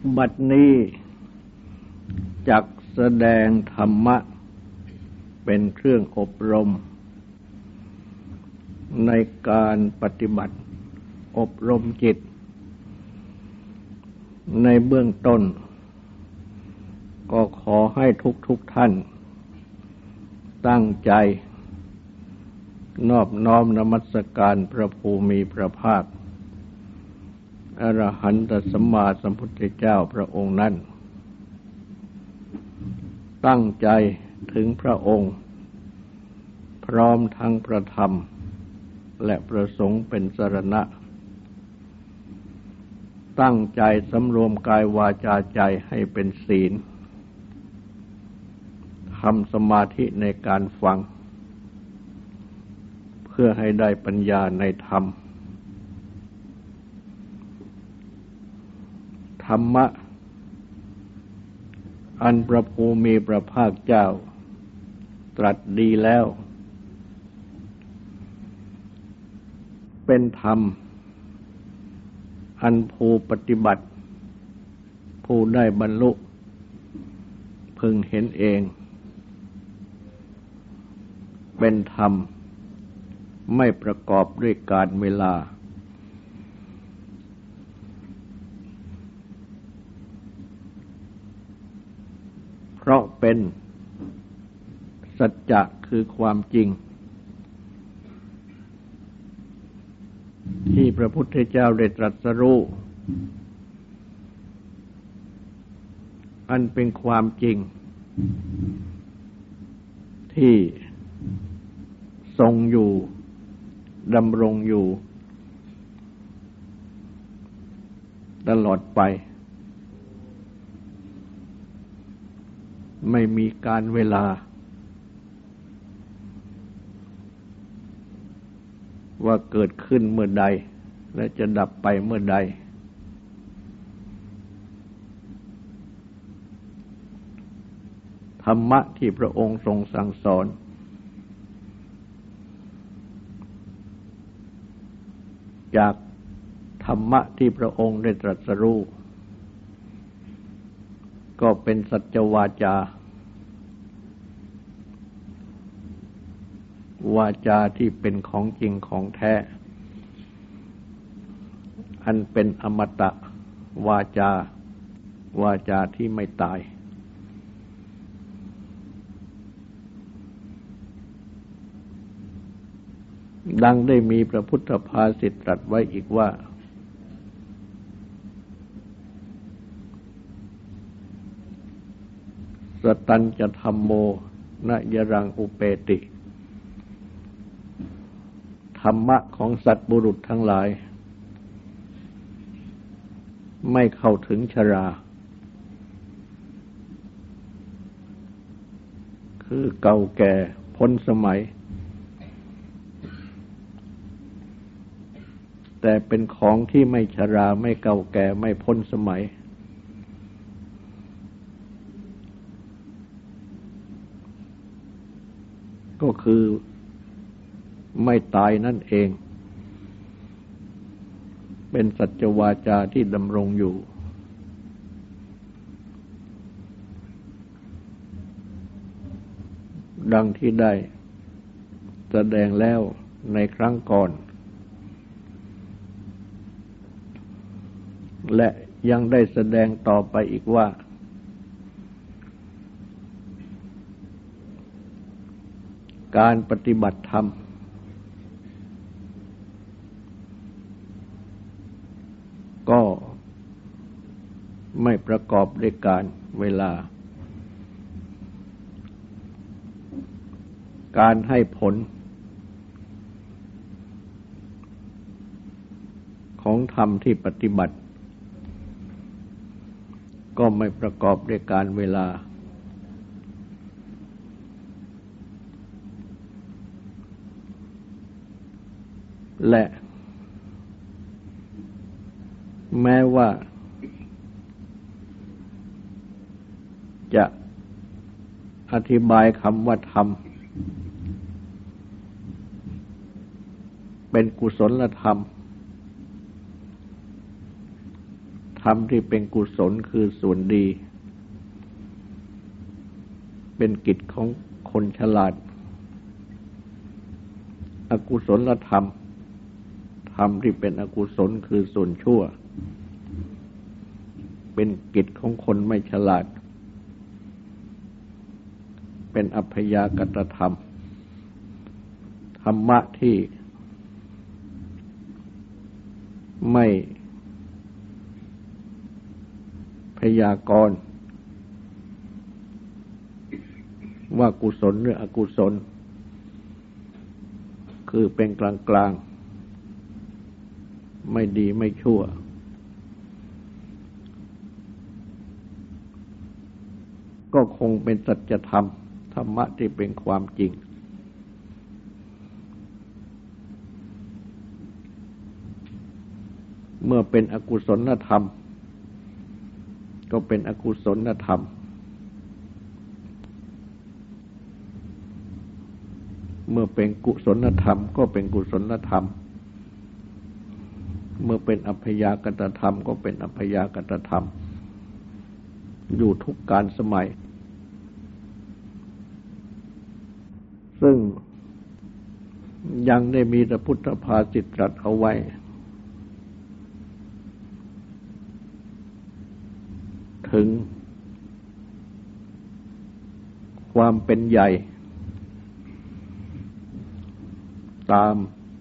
บัดนี้จักแสดงธรรมะเป็นเครื่องอบรมในการปฏิบัติอบรมจิตในเบื้องต้นก็ขอให้ทุกท่านตั้งใจนอบน้อมนมัสการพระภูมิพระภาคอรหันตสัมมาสัมพุทธเจ้าพระองค์นั้นตั้งใจถึงพระองค์พร้อมทั้งพระธรรมและประสงค์เป็นสรณะตั้งใจสำรวมกายวาจาใจให้เป็นศีลทำสมาธิในการฟังเพื่อให้ได้ปัญญาในธรรมธรรมะอันพระภูมิพระภาคเจ้าตรัสดีแล้วเป็นธรรมอันผู้ปฏิบัติผู้ได้บรรลุพึงเห็นเองเป็นธรรมไม่ประกอบด้วยกาลเวลาเพราะเป็นสัจจะคือความจริงที่พระพุทธเจ้าได้ตรัสรู้อันเป็นความจริงที่ทรงอยู่ดำรงอยู่ตลอดไปไม่มีการเวลาว่าเกิดขึ้นเมื่อใดและจะดับไปเมื่อใดธรรมะที่พระองค์ทรงสั่งสอนจากธรรมะที่พระองค์ได้ตรัสรู้ก็เป็นสัจวาจาวาจาที่เป็นของจริงของแท้อันเป็นอมตะวาจาวาจาที่ไม่ตายดังได้มีพระพุทธภาษิตตรัสไว้อีกว่าสตัญจะธัมโมนะยรังอุเปติธรรมะของสัตว์บุรุษทั้งหลายไม่เข้าถึงชราคือเก่าแก่พ้นสมัยแต่เป็นของที่ไม่ชราไม่เก่าแก่ไม่พ้นสมัยก็คือไม่ตายนั่นเองเป็นสัจวาจาที่ดำรงอยู่ดังที่ได้แสดงแล้วในครั้งก่อนและยังได้แสดงต่อไปอีกว่าการปฏิบัติธรรมก็ไม่ประกอบด้วยการเวลาการให้ผลของธรรมที่ปฏิบัติก็ไม่ประกอบด้วยการเวลาและแม้ว่าจะอธิบายคำว่าธรรมเป็นกุศลธรรมธรรมที่เป็นกุศลคือส่วนดีเป็นกิจของคนฉลาดอกุศลธรรมธรรมที่เป็นอกุศลคือส่วนชั่วเป็นกิจของคนไม่ฉลาดเป็นอัพยากตธรรมธรรมะที่ไม่พยากรณ์ว่ากุศลหรืออกุศลคือเป็นกลางๆไม่ดีไม่ชั่วก็คงเป็นสัจธรรมธรรมะที่เป็นความจริงเมื่อเป็นอกุศลธรรมก็เป็นอกุศลธรรมเมื่อเป็นกุศลธรรมก็เป็นกุศลธรรมเมื่อเป็นอัพยากตธรรมก็เป็นอัพยากตธรรมอยู่ทุกกาลสมัยซึ่งยังได้มีพระพุทธภาษิตตรัสเอาไว้ถึงความเป็นใหญ่ตาม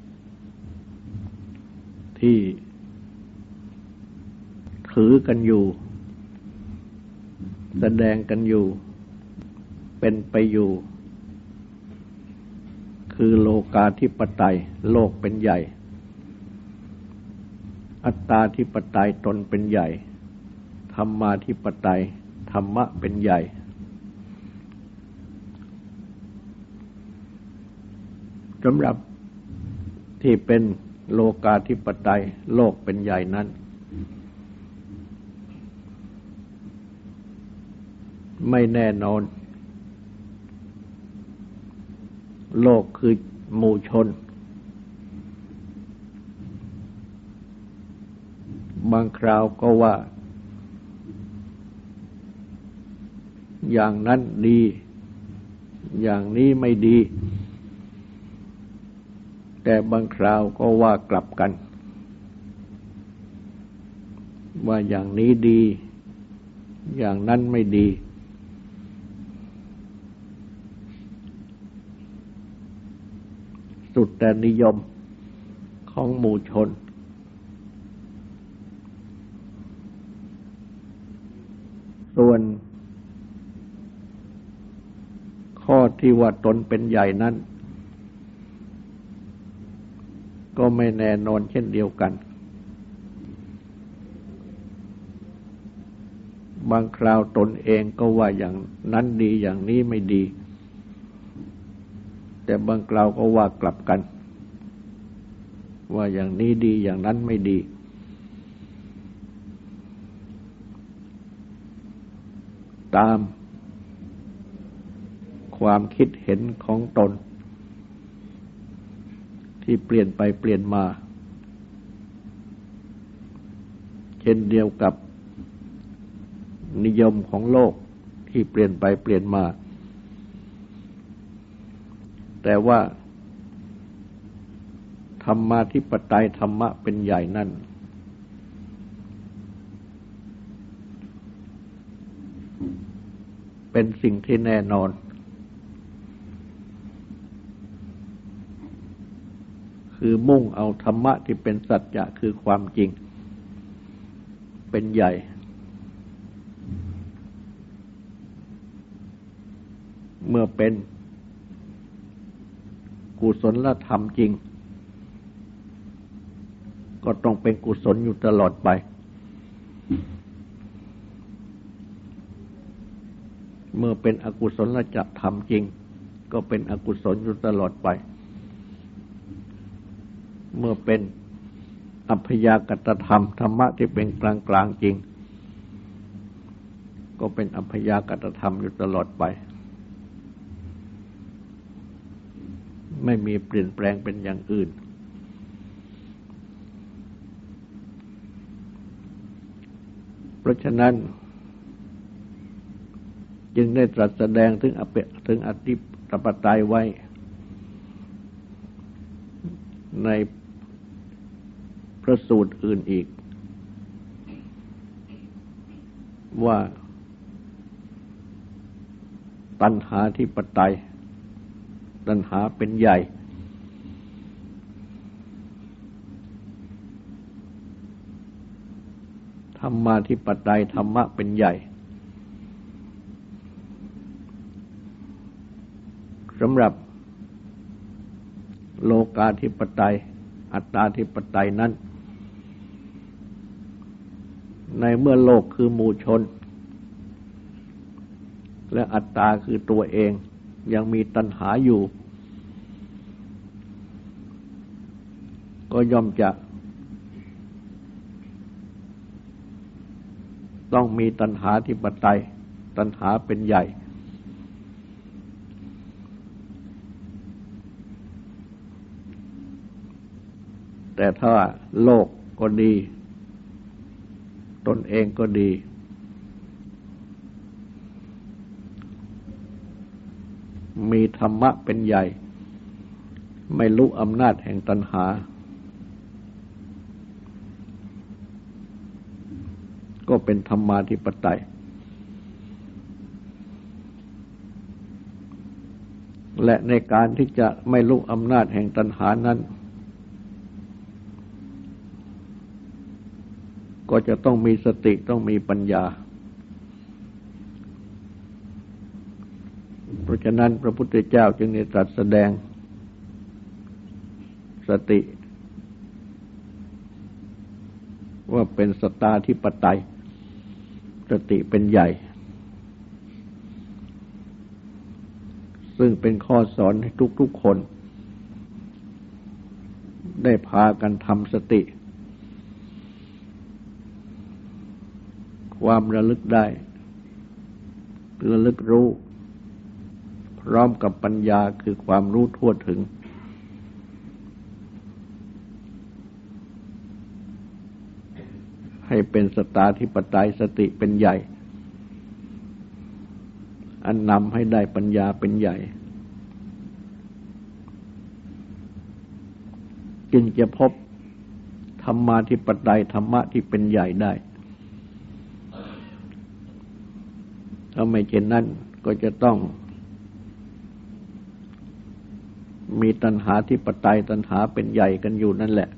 ที่ถือกันอยู่แสดงกันอยู่เป็นไปอยู่คือโลกาธิปไตยโลกเป็นใหญ่อัตตาธิปไตยตนเป็นใหญ่ธรรมาธิปไตยธรรมะเป็นใหญ่สำหรับที่เป็นโลกาธิปไตยโลกเป็นใหญ่นั้นไม่แน่นอนโลกคือหมู่ชนบางคราวก็ว่าอย่างนั้นดีอย่างนี้ไม่ดีแต่บางคราวก็ว่ากลับกันว่าอย่างนี้ดีอย่างนั้นไม่ดีสุดแต่นิยมของหมู่ชนส่วนข้อที่ว่าตนเป็นใหญ่นั้นก็ไม่แน่นอนเช่นเดียวกันบางคราวตนเองก็ว่าอย่างนั้นดีอย่างนี้ไม่ดีแต่บางคราวก็ว่ากลับกันว่าอย่างนี้ดีอย่างนั้นไม่ดีตามความคิดเห็นของตนที่เปลี่ยนไปเปลี่ยนมาเช่นเดียวกับนิยมของโลกที่เปลี่ยนไปเปลี่ยนมาแต่ว่าธรรมาธิปไตยธรรมะเป็นใหญ่นั่นเป็นสิ่งที่แน่นอนคือมุ่งเอาธรรมะที่เป็นสัจจะคือความจริงเป็นใหญ่เมื่อเป็นกุศลธรรมจริงก็ต้องเป็นกุศลอยู่ตลอดไปเมื่อเป็นอกุศลธรรมจริงก็เป็นอกุศลอยู่ตลอดไปเมื่อเป็นอัพยากตธรรมธรรมะที่เป็นกลางจริงก็เป็นอัพยากตธรรมอยู่ตลอดไปไม่มีเปลี่ยนแปลงเป็นอย่างอื่นเพราะฉะนั้นจึงได้ตรัสแสดงถึงอธิปไตยไว้ในพระสูตรอื่นอีกว่าตัณหาธิปไตยตัณหาเป็นใหญ่ธรรมาธิปไตยธรรมะเป็นใหญ่สำหรับโลกาธิปไตยอัตตาธิปไตยนั้นในเมื่อโลกคือหมู่ชนและอัตตาคือตัวเองยังมีตัณหาอยู่ก็ย่อมจะต้องมีตัณหาธิปไตยตัณหาเป็นใหญ่แต่ถ้าโลกก็ดีตนเองก็ดีมีธรรมะเป็นใหญ่ไม่รู้อำนาจแห่งตัณหาก็เป็นธรรมาธิปไตยและในการที่จะไม่รู้อำนาจแห่งตัณหานั้นก็จะต้องมีสติต้องมีปัญญาเพราะฉะนั้นพระพุทธเจ้าจึงได้ตรัสแสดงสติว่าเป็นสตาธิปไตยสติเป็นใหญ่ซึ่งเป็นข้อสอนให้ทุกๆคนได้พากันทำสติความระลึกได้ระลึกรู้พร้อมกับปัญญาคือความรู้ทั่วถึงให้เป็นสตาธิปไตยสติเป็นใหญ่อันนำให้ได้ปัญญาเป็นใหญ่จึงจะพบธรรมาธิปไตยธรรมะที่เป็นใหญ่ได้ถ้าไม่เช่นนั้นก็จะต้องมีตัณหาธิปไตยตัณหาเป็นใหญ่กันอยู่นั่นแหละ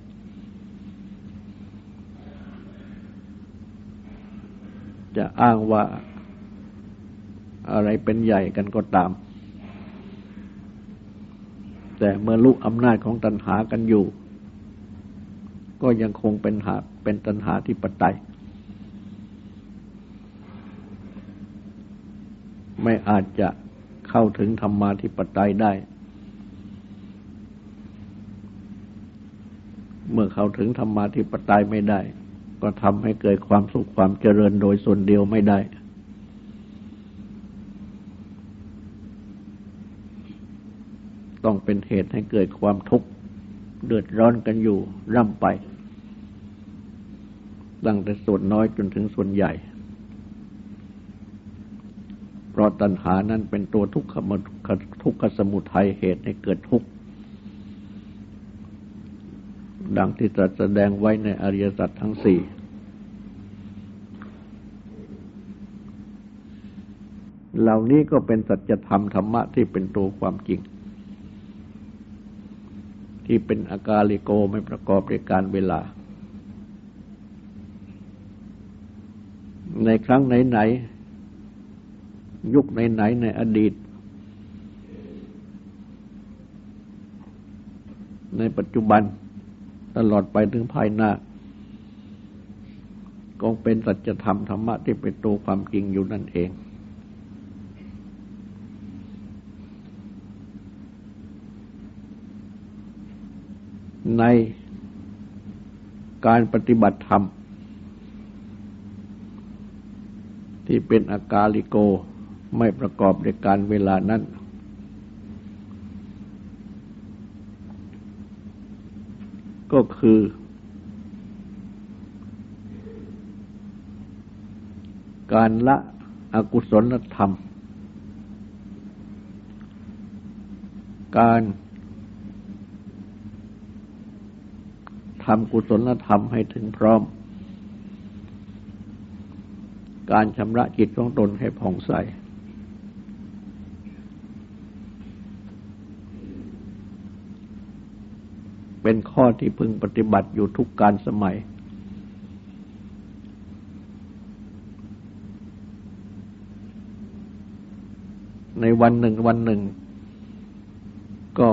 จะอ้างว่าอะไรเป็นใหญ่กันก็ตามแต่เมื่อรู้อำนาจของตัณหากันอยู่ก็ยังคงเป็นตัณหาธิปไตยไม่อาจจะเข้าถึงธรรมาธิปไตยได้เมื่อเข้าถึงธรรมาธิปไตยไม่ได้ก็ทำให้เกิดความสุขความเจริญโดยส่วนเดียวไม่ได้ต้องเป็นเหตุให้เกิดความทุกข์เดือดร้อนกันอยู่ร่ำไปตั้งแต่ส่วนน้อยจนถึงส่วนใหญ่เพราะตัณหานั้นเป็นตัวทุกขสมุทัยเหตุให้เกิดทุกข์ดังที่ตรัสแสดงไว้ในอริยสัจทั้งสี่เหล่านี้ก็เป็นสัจธรรมธรรมะที่เป็นตัวความจริงที่เป็นอากาลิโกไม่ประกอบด้วยการเวลาในครั้งไหนๆยุคไหนๆในอดีตในปัจจุบันตลอดไปถึงภายหน้าก็เป็นสัจธรรมธรรมะที่เป็นตัวความจริงอยู่นั่นเองในการปฏิบัติธรรมที่เป็นอากาลิโกไม่ประกอบด้วยการเวลานั้นก็คือการละอกุศลธรรมการทำกุศลธรรมให้ถึงพร้อมการชำระจิตของตนให้ผ่องใสเป็นข้อที่พึงปฏิบัติอยู่ทุกการสมัยในวันหนึ่งก็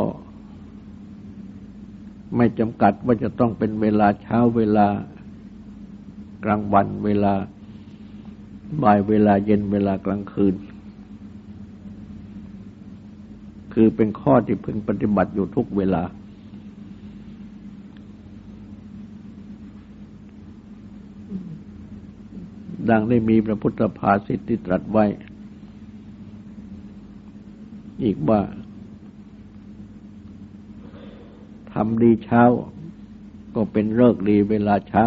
ไม่จำกัดว่าจะต้องเป็นเวลาเช้าเวลากลางวันเวลาบ่ายเวลาเย็นเวลากลางคืนคือเป็นข้อที่พึงปฏิบัติอยู่ทุกเวลาดังได้มีพระพุทธภาษิตที่ตรัสไว้อีกว่าทำดีเช้าก็เป็นฤกษ์ดีเวลาเช้า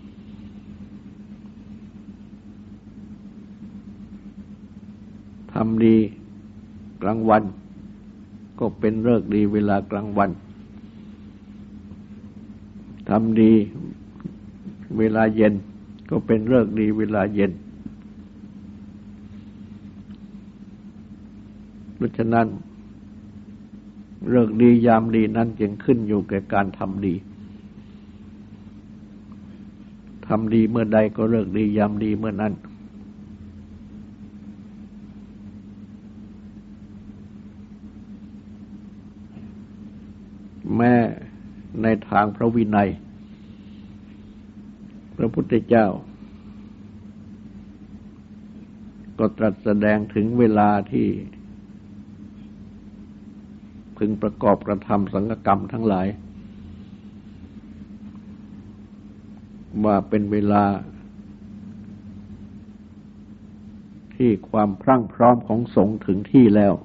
ทำดีกลางวันก็เป็นฤกษ์ดีเวลากลางวันทำดีเวลาเย็นก็เป็นฤกษ์ดีเวลาเย็นเพราะฉะนั้นฤกษ์ดียามดีนั้นจึงขึ้นอยู่แก่การทำดีทำดีเมื่อใดก็ฤกษ์ดียามดีเมื่อนั้นแม้ในทางพระวินัยพระพุทธเจ้าก็ตรัสแสดงถึงเวลาที่พึงประกอบกระทำสังฆกรรมทั้งหลายว่าเป็นเวลาที่ความพรั่งพร้อมของสงฆ์ถึงที่แล้ว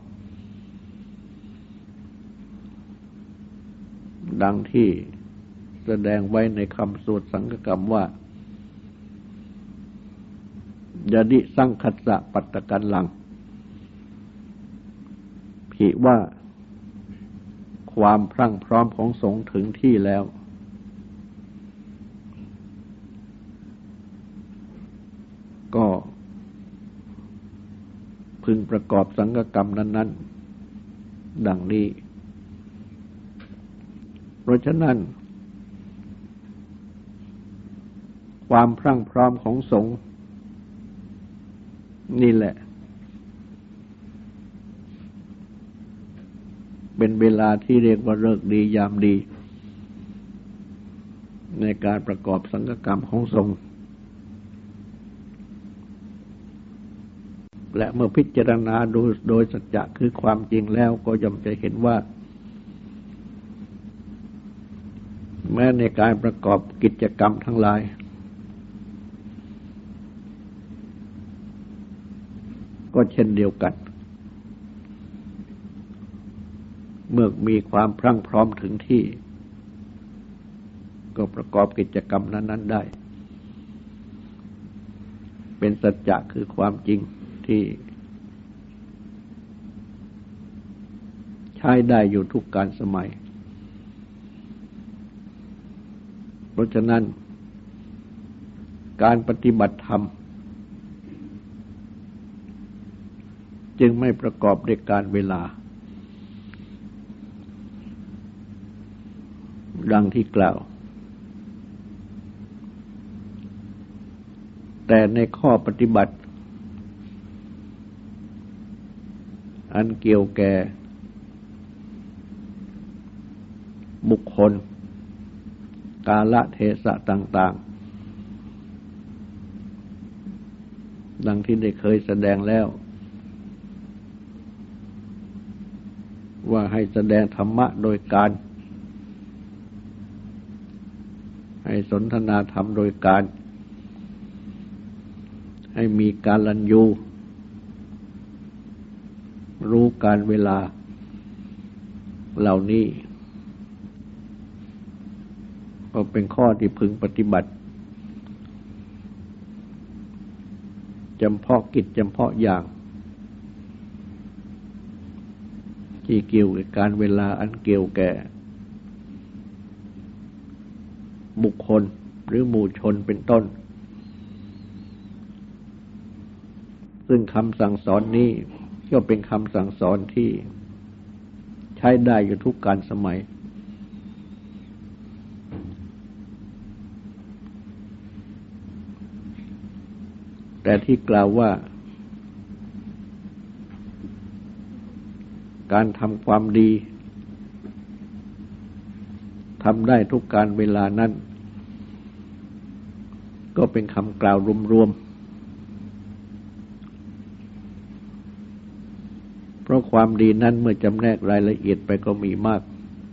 ดังที่แสดงไว้ในคำสวดสังฆกรรมว่ายะดิสังคัสสะปัตตกันลังผิว่าความพรั่งพร้อมของสงฆ์ถึงที่แล้วก็พึงประกอบสังฆกรรมนั้นๆดังนี้เพราะฉะนั้นความพรั่งพร้อมของสงฆ์นี่แหละเป็นเวลาที่เรียกว่าฤกษ์ดียามดีในการประกอบสังฆกรรมของสงฆ์และเมื่อพิจารณาดูโดยสัจจะคือความจริงแล้วก็ย่อมจะเห็นว่าแม้ในการประกอบกิจกรรมทั้งหลายก็เช่นเดียวกันเมื่อมีความพรั่งพร้อมถึงที่ก็ประกอบกิจกรรมนั้นๆได้เป็นสัจจะคือความจริงที่ใช้ได้อยู่ทุกกาลสมัยเพราะฉะนั้นการปฏิบัติธรรมจึงไม่ประกอบด้วยการเวลาดังที่กล่าวแต่ในข้อปฏิบัติอันเกี่ยวแก่บุคคลกาลเทศะต่างๆดังที่ได้เคยแสดงแล้วว่าให้แสดงธรรมะโดยการให้สนทนาธรรมโดยการให้มีการลัญญูรู้การเวลาเหล่านี้ก็เป็นข้อที่พึงปฏิบัติจำเพาะกิจจำเพาะอย่างที่เกี่ยวกับการเวลาอันเกี่ยวแก่บุคคลหรือหมู่ชนเป็นต้นซึ่งคำสั่งสอนนี้ก็เป็นคำสั่งสอนที่ใช้ได้อยู่ทุกกาลสมัยแต่ที่กล่าวว่าการทำความดีทำได้ทุกการเวลานั้นก็เป็นคำกล่าวรวมๆเพราะความดีนั้นเมื่อจำแนกรายละเอียดไปก็มีมาก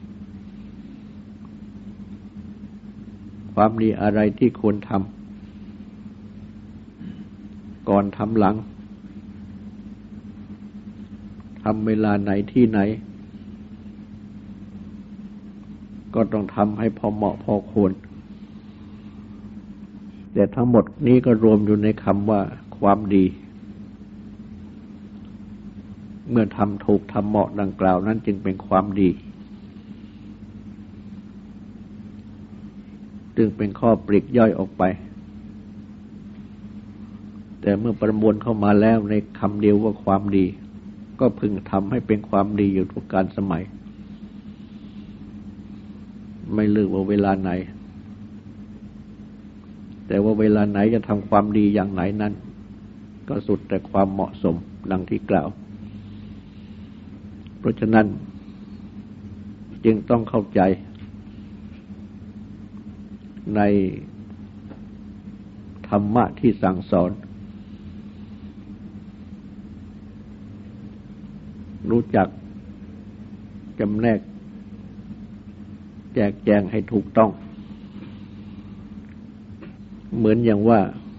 ความดีอะไรที่ควรทำก่อนทำหลังทำเวลาไหนที่ไหนก็ต้องทำให้พอเหมาะพอควรแต่ทั้งหมดนี้ก็รวมอยู่ในคำว่าความดีเมื่อทำถูกทำเหมาะดังกล่าวนั้นจึงเป็นความดีจึงเป็นข้อปลีกย่อยออกไปแต่เมื่อประมวลเข้ามาแล้วในคำเดียวว่าความดีก็พึงทำให้เป็นความดีอยู่ทุกกาลสมัยไม่เลือกว่าเวลาไหนแต่ว่าเวลาไหนจะทำความดีอย่างไหนนั้นก็สุดแต่ความเหมาะสมดังที่กล่าวเพราะฉะนั้นจึงต้องเข้าใจในธรรมะที่สั่งสอนรู้จักจำแนกแจกแจงให้ถูกต้องเหมือนอย่างว่า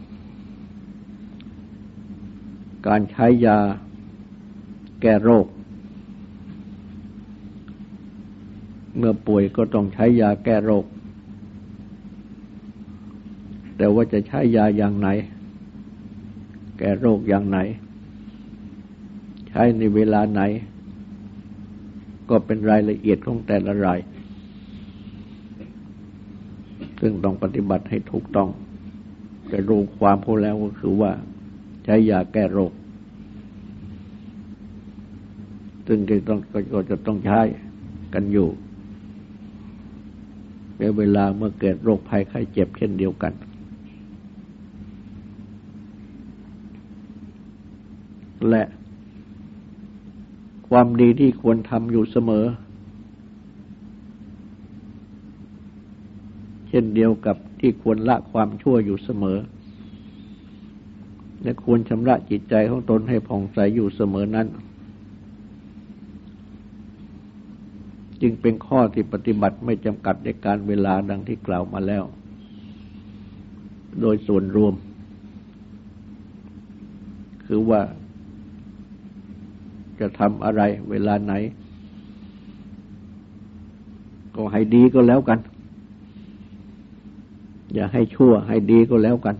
การใช้ยาแก้โรคเมื่อป่วยก็ต้องใช้ยาแก้โรคแต่ว่าจะใช้ยาอย่างไหนแก้โรคอย่างไหนใช้ในเวลาไหนก็เป็นรายละเอียดของแต่ละรายซึ่งต้องปฏิบัติให้ถูกต้องแต่รวมความเขาแล้วก็คือว่าใช้ยาแก้โรคซึ่งก็จะต้องใช้กันอยู่ในเวลาเมื่อเกิดโรคภัยไข้เจ็บเช่นเดียวกันและความดีที่ควรทำอยู่เสมอเช่นเดียวกับที่ควรละความชั่วอยู่เสมอและควรชำระจิตใจของตนให้ผ่องใสอยู่เสมอนั้นจึงเป็นข้อที่ปฏิบัติไม่จำกัดในการเวลาดังที่กล่าวมาแล้วโดยส่วนรวมคือว่าจะทำอะไรเวลาไหนก็ให้ดีก็แล้วกันอย่าให้ชั่วให้ดีก็แล้วกัน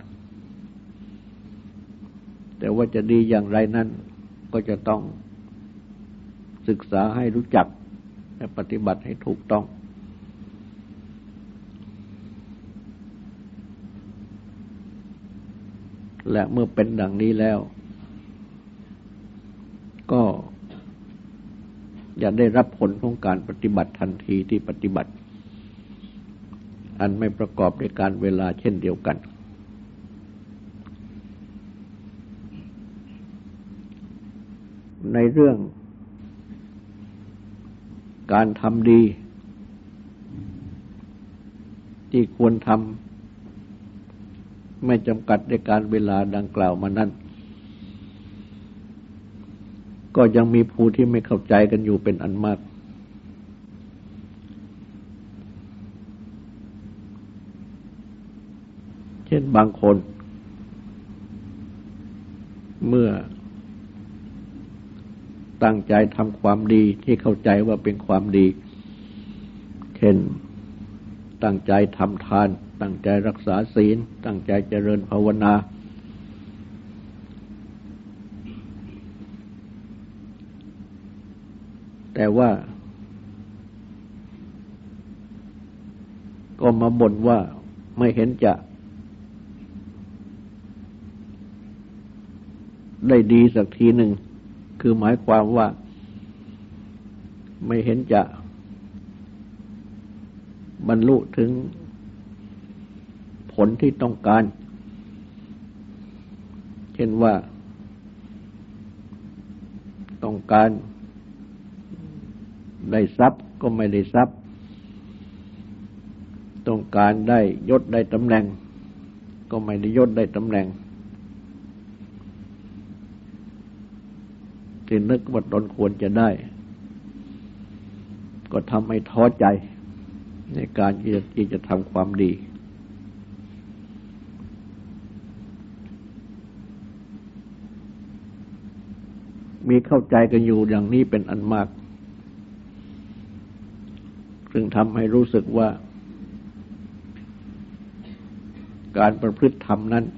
แต่ว่าจะดีอย่างไรนั้นก็จะต้องศึกษาให้รู้จักและปฏิบัติให้ถูกต้องและเมื่อเป็นดังนี้แล้วก็อย่าได้รับผลของการปฏิบัติทันทีที่ปฏิบัติอันไม่ประกอบด้วยการเวลาเช่นเดียวกันในเรื่องการทำดีที่ควรทำไม่จำกัดด้วยการเวลาดังกล่าวมานั้นก็ยังมีผู้ที่ไม่เข้าใจกันอยู่เป็นอันมากเช่นบางคนเมื่อตั้งใจทำความดีที่เข้าใจว่าเป็นความดีเช่นตั้งใจทำทานตั้งใจรักษาศีลตั้งใจเจริญภาวนาแต่ว่าก็มาบ่นว่าไม่เห็นจะได้ดีสักทีหนึ่งคือหมายความว่าไม่เห็นจะบรรลุถึงผลที่ต้องการเช่นว่าต้องการได้ทรัพย์ก็ไม่ได้ทรัพย์ต้องการได้ยศได้ตำแหน่งก็ไม่ได้ยศได้ตำแหน่งที่นึกว่าตนควรจะได้ก็ทำให้ท้อใจในการที่จะทำความดีมีเข้าใจกันอยู่อย่างนี้เป็นอันมากซึ่งทำให้รู้สึกว่าการประพฤติธรรมนั้น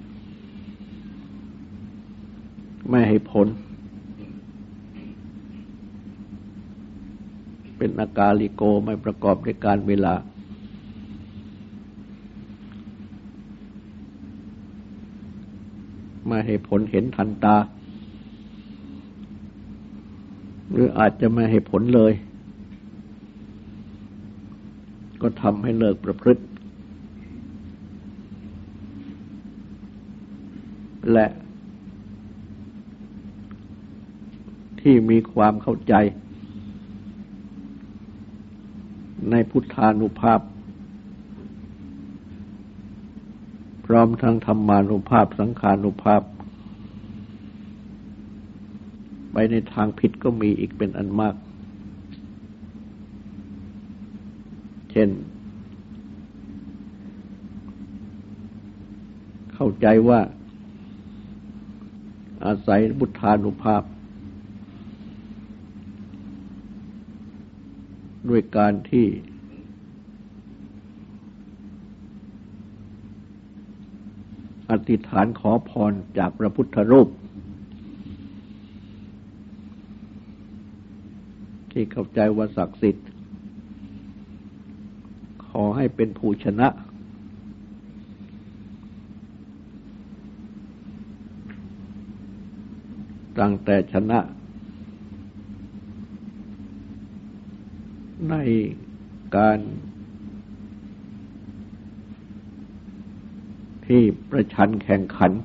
ไม่ให้ผลเป็นอากาลิโกไม่ประกอบด้วยการเวลาไม่ให้ผลเห็นทันตาหรืออาจจะไม่ให้ผลเลยก็ทำให้เลิกประพฤติและที่มีความเข้าใจในพุทธานุภาพพร้อมทั้งธรรมานุภาพสังขานุภาพไปในทางผิดก็มีอีกเป็นอันมากเช่นเข้าใจว่าอาศัยพุทธานุภาพด้วยการที่อธิษฐานขอพรจากพระพุทธรูปที่เข้าใจว่าศักดิ์สิทธิ์ขอให้เป็นผู้ชนะตั้งแต่ชนะในการที่ประชันแข่งขัน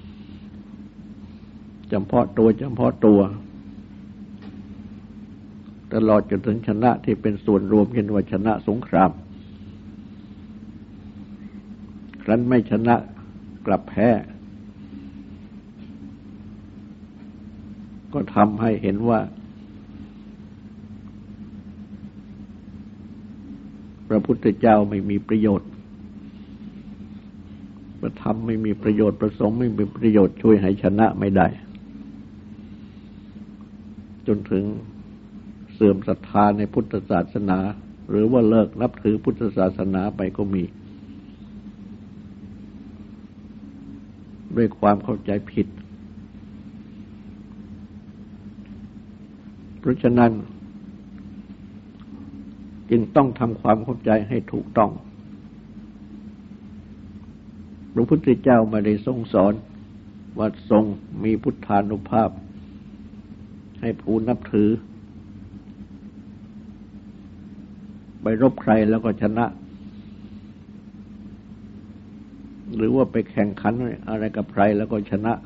เฉพาะตัวตลอดจนถึงชนะที่เป็นส่วนรวมเช่นว่าชนะสงครามครั้นไม่ชนะกลับแพ้ก็ทำให้เห็นว่าพระพุทธเจ้าไม่มีประโยชน์พระธรรมไม่มีประโยชน์พระสงฆ์ไม่มีประโยชน์ช่วยให้ชนะไม่ได้จนถึงเสื่อมศรัทธาในพุทธศาสนาหรือว่าเลิกนับถือพุทธศาสนาไปก็มีด้วยความเข้าใจผิดเพราะฉะนั้นจึงต้องทำความเข้าใจให้ถูกต้องพระพุทธเจ้าไม่ได้ทรงสอนว่าทรงมีพุทธานุภาพให้ผู้นับถือไปรบใครแล้วก็ชนะหรือว่าไปแข่งขันอะไรกับใครแล้วก็ชนะ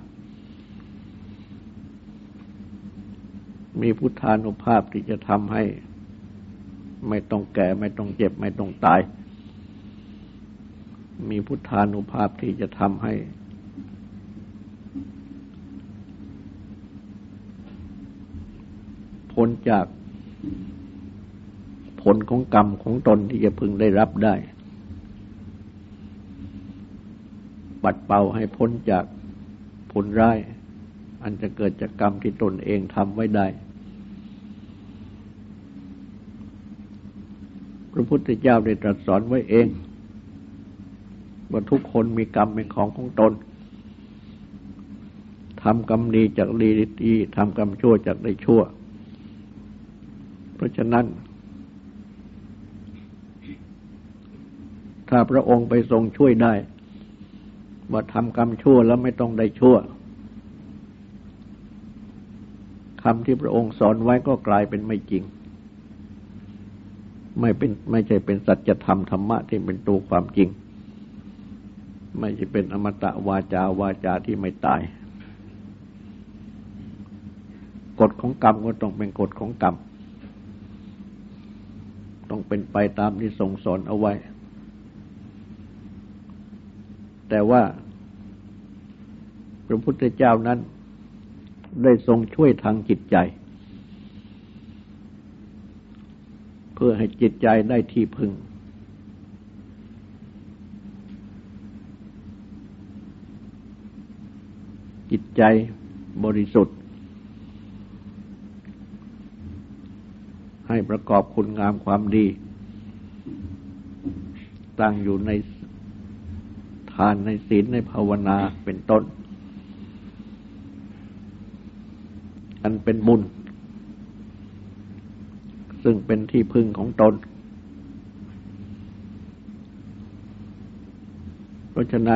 มีพุทธานุภาพที่จะทำให้ไม่ต้องแก่ไม่ต้องเจ็บไม่ต้องตายมีพุทธานุภาพที่จะทำให้พ้นจากผลของกรรมของตนที่จะพึงได้รับได้ปัดเป่าให้พ้นจากผลร้ายอันจะเกิดจากกรรมที่ตนเองทำไว้ได้พระพุทธเจ้าได้ตรัสสอนไว้เองว่าทุกคนมีกรรมเป็นของตนทำกรรมดีจากดีทำกรรมชั่วจากได้ชั่วเพราะฉะนั้นถ้าพระองค์ไปทรงช่วยได้ว่าทำกรรมชั่วแล้วไม่ต้องได้ชั่วคำที่พระองค์สอนไว้ก็กลายเป็นไม่จริงไม่ใช่เป็นสัจธรรมธรรมะที่เป็นตัวความจริงไม่ใช่เป็นอมตะวาจาที่ไม่ตายกฎของกรรมก็ต้องเป็นกฎของกรรมต้องเป็นไปตามที่ทรงสอนเอาไว้แต่ว่าพระพุทธเจ้านั้นได้ทรงช่วยทางจิตใจเพื่อให้จิตใจได้ที่พึ่งจิตใจบริสุทธิ์ให้ประกอบคุณงามความดีตั้งอยู่ในทานในศีลในภาวนาเป็นต้นอันเป็นบุญซึ่งเป็นที่พึ่งของตนเพราะฉะนั้น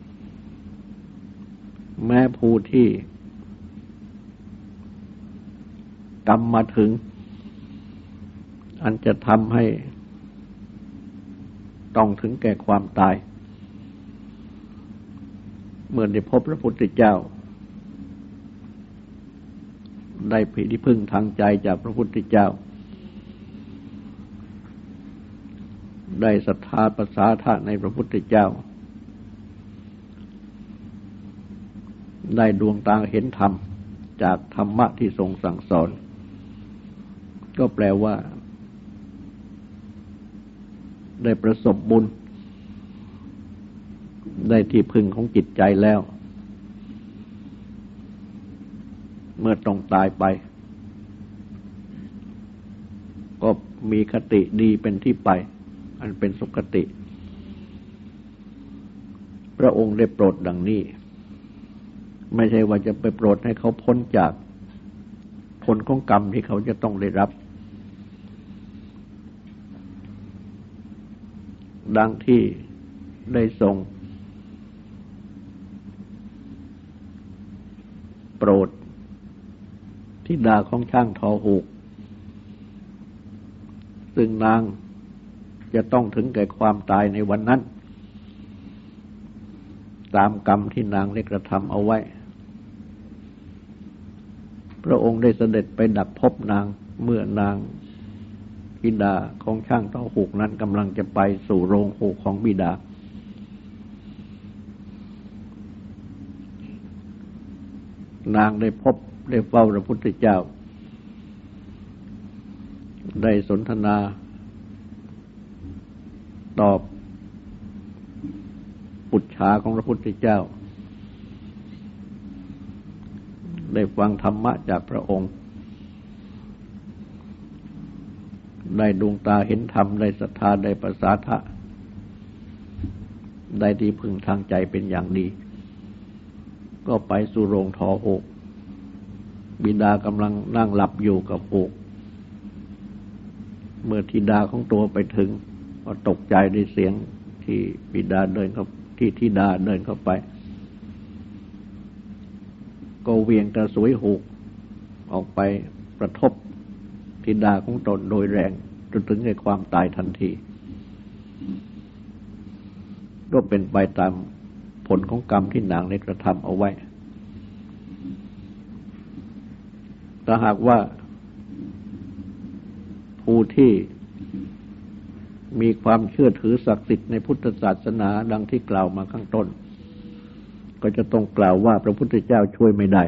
แม้ผู้ที่กรรมมาถึงอันจะทำให้ต้องถึงแก่ความตายเมื่อได้พบพระพุทธเจ้าได้ที่พึ่งทางใจจากพระพุทธเจ้าได้ศรัทธาประสาทะในพระพุทธเจ้าได้ดวงตาเห็นธรรมจากธรรมะที่ทรงสั่งสอนก็แปลว่าได้ประสบบุญได้ที่พึ่งของจิตใจแล้วเมื่อต้องตายไปก็มีคติดีเป็นที่ไปอันเป็นสุคติพระองค์ได้โปรดดังนี้ไม่ใช่ว่าจะไปโปรดให้เขาพ้นจากผลของกรรมที่เขาจะต้องได้รับดังที่ได้ทรงโปรดธิดาของช่างทอหูกซึ่งนางจะต้องถึงแก่ความตายในวันนั้นตามกรรมที่นางได้กระทำเอาไว้พระองค์ได้เสด็จไปดักพบนางเมื่อนางธิดาของช่างทอหูกนั้นกำลังจะไปสู่โรงหูกของบิดานางได้พบได้เฝ้าพระพุทธเจ้าได้สนทนาตอบปุจฉาของพระพุทธเจ้าได้ฟังธรรมะจากพระองค์ได้ดวงตาเห็นธรรมได้ศรัทธาได้ประสาทะได้ที่พึ่งทางใจเป็นอย่างดีก็ไปสู่โรงทอหูกบิดากำลังนั่งหลับอยู่กับหูกเมื่อธิดาของตัวไปถึงก็ตกใจด้วยเสียงที่บิดาเดินเข้าที่ธิดาเดินเข้าไปก็เวียงกระสวยหูกออกไปกระทบธิดาของตนโดยแรงจนถึงแก่ความตายทันทีก็เป็นไปตามผลของกรรมที่นางได้กระทำเอาไว้ถ้าหากว่าผู้ที่มีความเชื่อถือศักดิ์สิทธิ์ในพุทธศาสนาดังที่กล่าวมาข้างต้นก็จะต้องกล่าวว่าพระพุทธเจ้าช่วยไม่ได้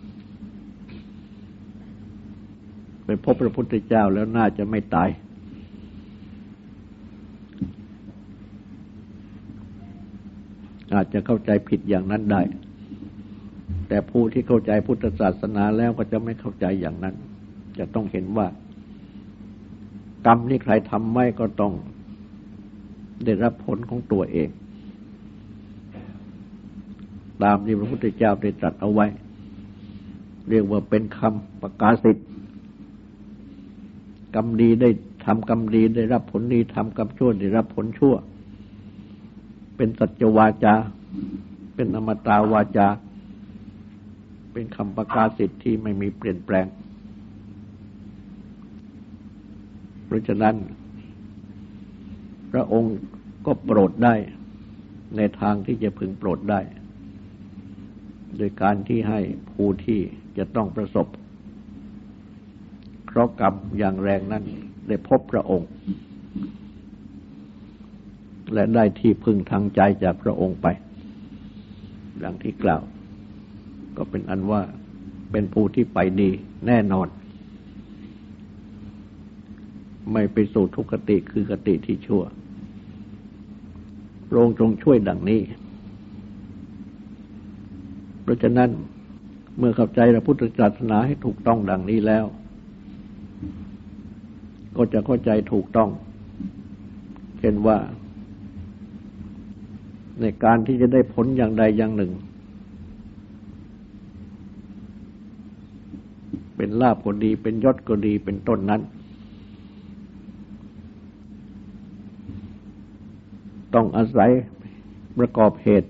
ไปพบพระพุทธเจ้าแล้วน่าจะไม่ตายอาจจะเข้าใจผิดอย่างนั้นได้แต่ผู้ที่เข้าใจพุทธศาสนาแล้วก็จะไม่เข้าใจอย่างนั้นจะต้องเห็นว่ากรรมที่ใครทำไว้ก็ต้องได้รับผลของตัวเองตามที่พระพุทธเจ้าได้ตรัสเอาไว้เรียกว่าเป็นคำประกาศสิทธิ์กรรมดีได้ทำกรรมดีได้รับผลดีทำกรรมชั่วได้รับผลชั่วเป็นสัจวาจาเป็นอมตะวาจาเป็นคำประกาศสิทธิ์ที่ไม่มีเปลี่ยนแปลงเพราะฉะนั้นพระองค์ก็โปรดได้ในทางที่จะพึงโปรดได้โดยการที่ให้ผู้ที่จะต้องประสบเคราะห์กรรมอย่างแรงนั้นได้พบพระองค์และได้ที่พึ่งทางใจจากพระองค์ไปดังที่กล่าวก็เป็นอันว่าเป็นผู้ที่ไปดีแน่นอนไม่ไปสู่ทุกขติคือกติที่ชั่วพระองค์ทรงช่วยดังนี้เพราะฉะนั้นเมื่อเข้าใจพระพุทธศาสนาให้ถูกต้องดังนี้แล้วก็จะเข้าใจถูกต้องเช่นว่าในการที่จะได้ผลอย่างใดอย่างหนึ่งเป็นลาภก็ดีเป็นยศก็ดีเป็นต้นนั้นต้องอาศัยประกอบเหตุ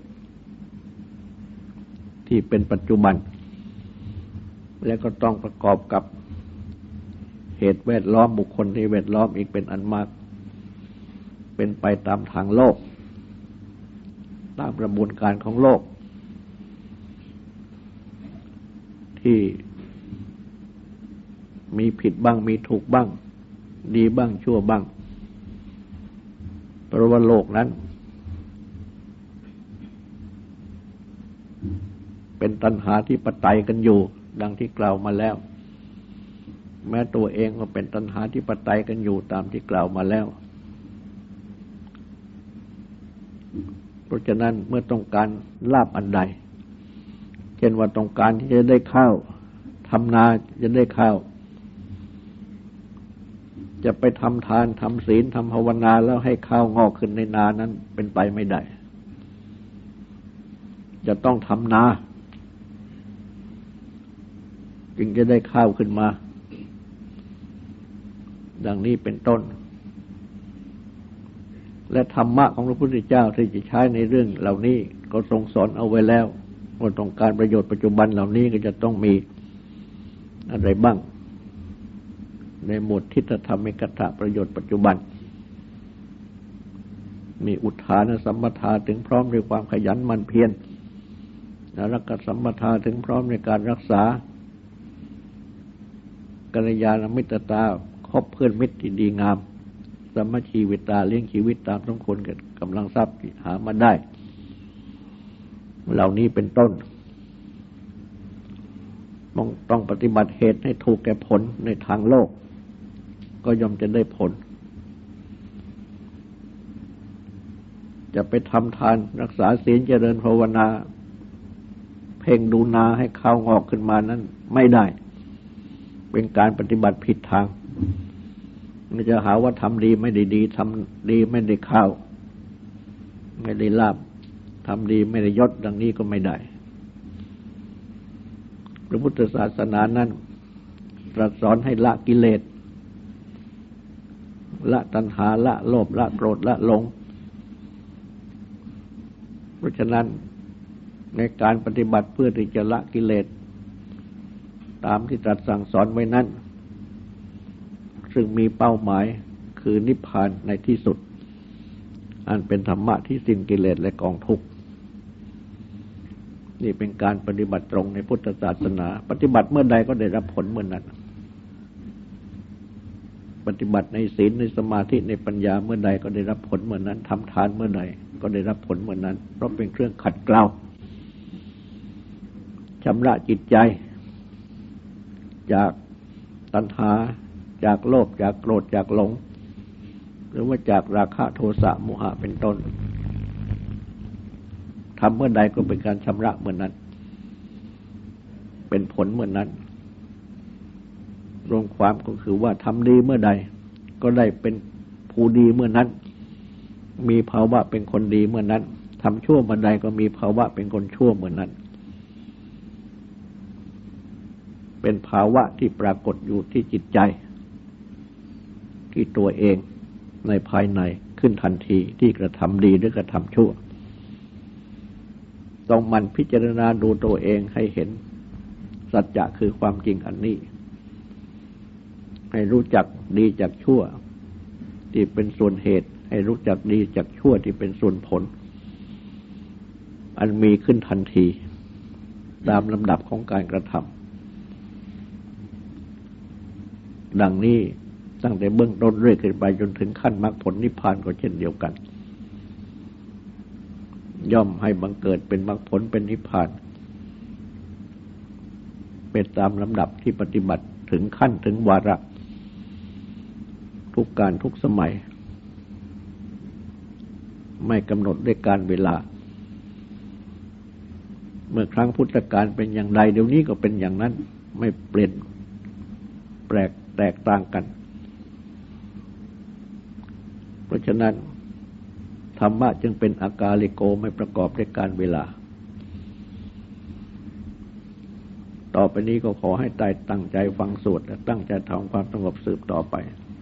ที่เป็นปัจจุบันและก็ต้องประกอบกับเหตุแวดล้อมบุคคลที่แวดล้อมอีกเป็นอันมากเป็นไปตามทางโลกตามกระบวนการของโลกที่มีผิดบ้างมีถูกบ้างดีบ้างชั่วบ้างเพราะว่าโลกนั้นเป็นตัณหาธิปไตยกันอยู่ดังที่กล่าวมาแล้วแม้ตัวเองก็เป็นตัณหาธิปไตยกันอยู่ตามที่กล่าวมาแล้วเพราะฉะนั้นเมื่อต้องการลาภอันใดเช่นว่าต้องการที่จะได้ข้าวทำนาจะได้ข้าวจะไปทำทานทำศีลทำภาวนาแล้วให้ข้าวงอกขึ้นในนานั้นเป็นไปไม่ได้จะต้องทำนาจึงจะได้ข้าวขึ้นมาดังนี้เป็นต้นและธรรมะของพระพุทธเจ้าที่จะใช้ในเรื่องเหล่านี้ก็ทรงสอนเอาไว้แล้วว่าต้องการประโยชน์ปัจจุบันเหล่านี้ก็จะต้องมีอะไรบ้างในหมวดทิฏฐธรรมิกถะประโยชน์ปัจจุบันมีอุทานสัมปทาถึงพร้อมด้วยความขยันหมั่นเพียรและรักสัมปทาถึงพร้อมในการรักษากัลยาณมิตรตาคบเพื่อนมิตรที่ดีงามสมชีวิตาเลี้ยงชีวิตตามสมควรกับกำลังทรัพย์ที่หามาได้เหล่านี้เป็นต้นต้องปฏิบัติเหตุให้ถูกแก่ผลในทางโลกก็ย่อมจะได้ผลจะไปทำทานรักษาศีลเจริญภาวนาเพ่งดูนาให้ข้าวงอกขึ้นมานั้นไม่ได้เป็นการปฏิบัติผิดทางมันจะหาว่าทำดีไม่ได้ดีทำดีไม่ได้ข้าวไม่ได้ลาภทำดีไม่ได้ยศดังนี้ก็ไม่ได้พระพุทธศาสนานั้นตรัสสอนให้ละกิเลสละตัณหาละโลภละโกรธละหลงเพราะฉะนั้นในการปฏิบัติเพื่อที่จะละกิเลสตามที่ตรัสสั่งสอนไว้นั้นซึ่งมีเป้าหมายคือนิพพานในที่สุดอันเป็นธรรมะที่สิ้นกิเลสและกองทุกข์นี่เป็นการปฏิบัติตรงในพุทธศาสนาปฏิบัติเมื่อใดก็ได้รับผลเมื่อนั้นปฏิบัติในศีลในสมาธิในปัญญาเมื่อใดก็ได้รับผลเมื่อนั้นทำทานเมื่อใดก็ได้รับผลเมื่อนั้นเพราะเป็นเครื่องขัดเกลาชำระจิตใจจากตัณหาจากโลภจากโกรธจากหลงหรือว่าจากราคะโทสะโมหะเป็นต้นทำเมื่อใดก็เป็นการชำระเมื่อนั้นเป็นผลเมื่อนั้นรวมความก็คือว่าทำดีเมื่อใดก็ได้เป็นผู้ดีเมื่อนั้นมีภาวะเป็นคนดีเมื่อนั้นทำชั่วเมื่อใดก็มีภาวะเป็นคนชั่วเมื่อนั้นเป็นภาวะที่ปรากฏอยู่ที่จิตใจที่ตัวเองในภายในขึ้นทันทีที่กระทำดีหรือกระทำชั่วต้องหมั่นพิจารณาดูตัวเองให้เห็นสัจจะคือความจริงอันนี้ให้รู้จักดีจากชั่วที่เป็นส่วนเหตุให้รู้จักดีจากชั่วที่เป็นส่วนผลอันมีขึ้นทันทีตามลำดับของการกระทำดังนี้ตั้งแต่เบื้องต้นเรื่อยขึ้นไปจนถึงขั้นมรรคผลนิพพานก็เช่นเดียวกันย่อมให้บังเกิดเป็นมรรคผลเป็นนิพพานเป็นตามลำดับที่ปฏิบัติถึงขั้นถึงวาระทุกการทุกสมัยไม่กำหนดด้วยการเวลาเมื่อครั้งพุทธกาลเป็นอย่างใดเดี๋ยวนี้ก็เป็นอย่างนั้นไม่เปลี่ยนแตกต่างกันเพราะฉะนั้นธรรมะจึงเป็นอากาลิโกไม่ประกอบด้วยการเวลาต่อไปนี้ก็ขอให้ตั้งใจฟังสวดและตั้งใจทำความสงบสืบต่อไป